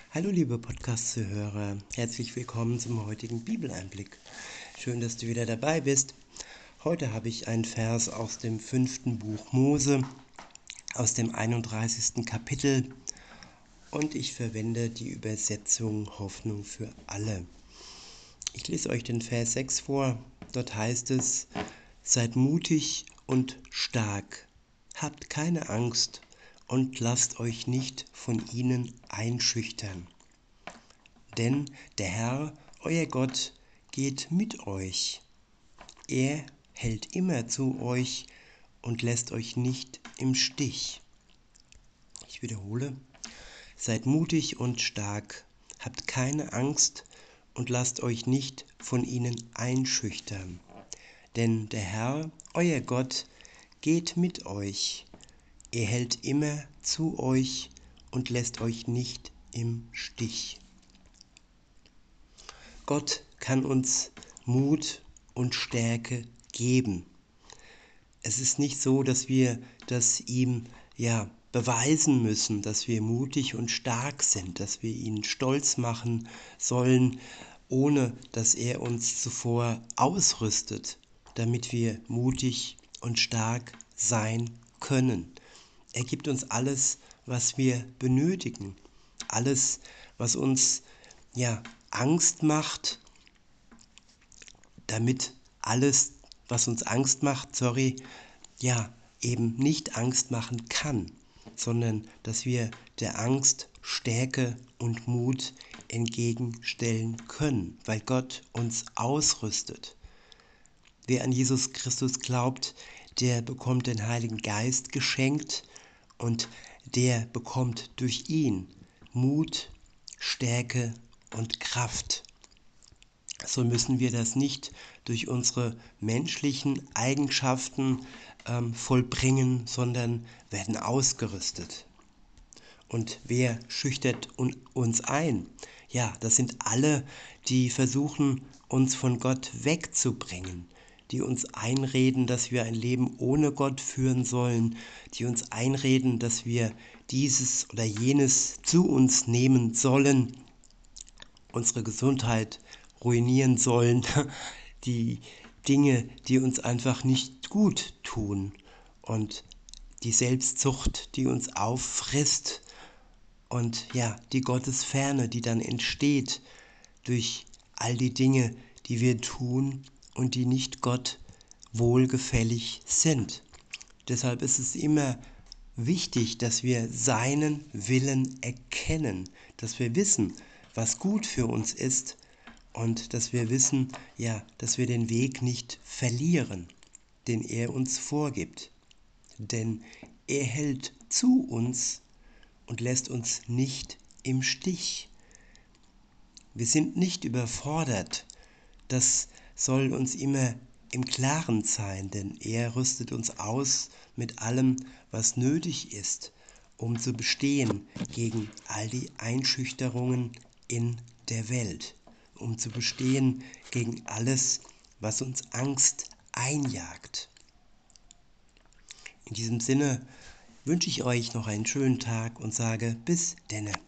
Hallo liebe Podcast-Zuhörer, herzlich willkommen zum heutigen Bibeleinblick. Schön, dass du wieder dabei bist. Heute habe ich einen Vers aus dem 5. Buch Mose, aus dem 31. Kapitel und ich verwende die Übersetzung Hoffnung für alle. Ich lese euch den Vers 6 vor, dort heißt es: Seid mutig und stark, habt keine Angst und lasst euch nicht von ihnen einschüchtern. Denn der Herr, euer Gott, geht mit euch. Er hält immer zu euch und lässt euch nicht im Stich. Ich wiederhole: Seid mutig und stark, habt keine Angst und lasst euch nicht von ihnen einschüchtern. Denn der Herr, euer Gott, geht mit euch. Er hält immer zu euch und lässt euch nicht im Stich. Gott kann uns Mut und Stärke geben. Es ist nicht so, dass wir das ihm beweisen müssen, dass wir mutig und stark sind, dass wir ihn stolz machen sollen, ohne dass er uns zuvor ausrüstet, damit wir mutig und stark sein können. Er gibt uns alles, was wir benötigen, alles, was uns Angst macht, damit alles, was uns Angst macht, eben nicht Angst machen kann, sondern dass wir der Angst Stärke und Mut entgegenstellen können, weil Gott uns ausrüstet. Wer an Jesus Christus glaubt, der bekommt den Heiligen Geist geschenkt und der bekommt durch ihn Mut, Stärke und Kraft. So müssen wir das nicht durch unsere menschlichen Eigenschaften vollbringen, sondern werden ausgerüstet. Und wer schüchtert uns ein? Ja, das sind alle, die versuchen, uns von Gott wegzubringen, die uns einreden, dass wir ein Leben ohne Gott führen sollen, die uns einreden, dass wir dieses oder jenes zu uns nehmen sollen, unsere Gesundheit ruinieren sollen, die Dinge, die uns einfach nicht gut tun und die Selbstsucht, die uns auffrisst und die Gottesferne, die dann entsteht durch all die Dinge, die wir tun und die nicht Gott wohlgefällig sind. Deshalb ist es immer wichtig, dass wir seinen Willen erkennen, dass wir wissen, was gut für uns ist und dass wir wissen, dass wir den Weg nicht verlieren, den er uns vorgibt. Denn er hält zu uns und lässt uns nicht im Stich. Wir sind nicht überfordert. Das soll uns immer im Klaren sein, denn er rüstet uns aus mit allem, was nötig ist, um zu bestehen gegen all die Einschüchterungen in der Welt, um zu bestehen gegen alles, was uns Angst einjagt. In diesem Sinne wünsche ich euch noch einen schönen Tag und sage bis denne.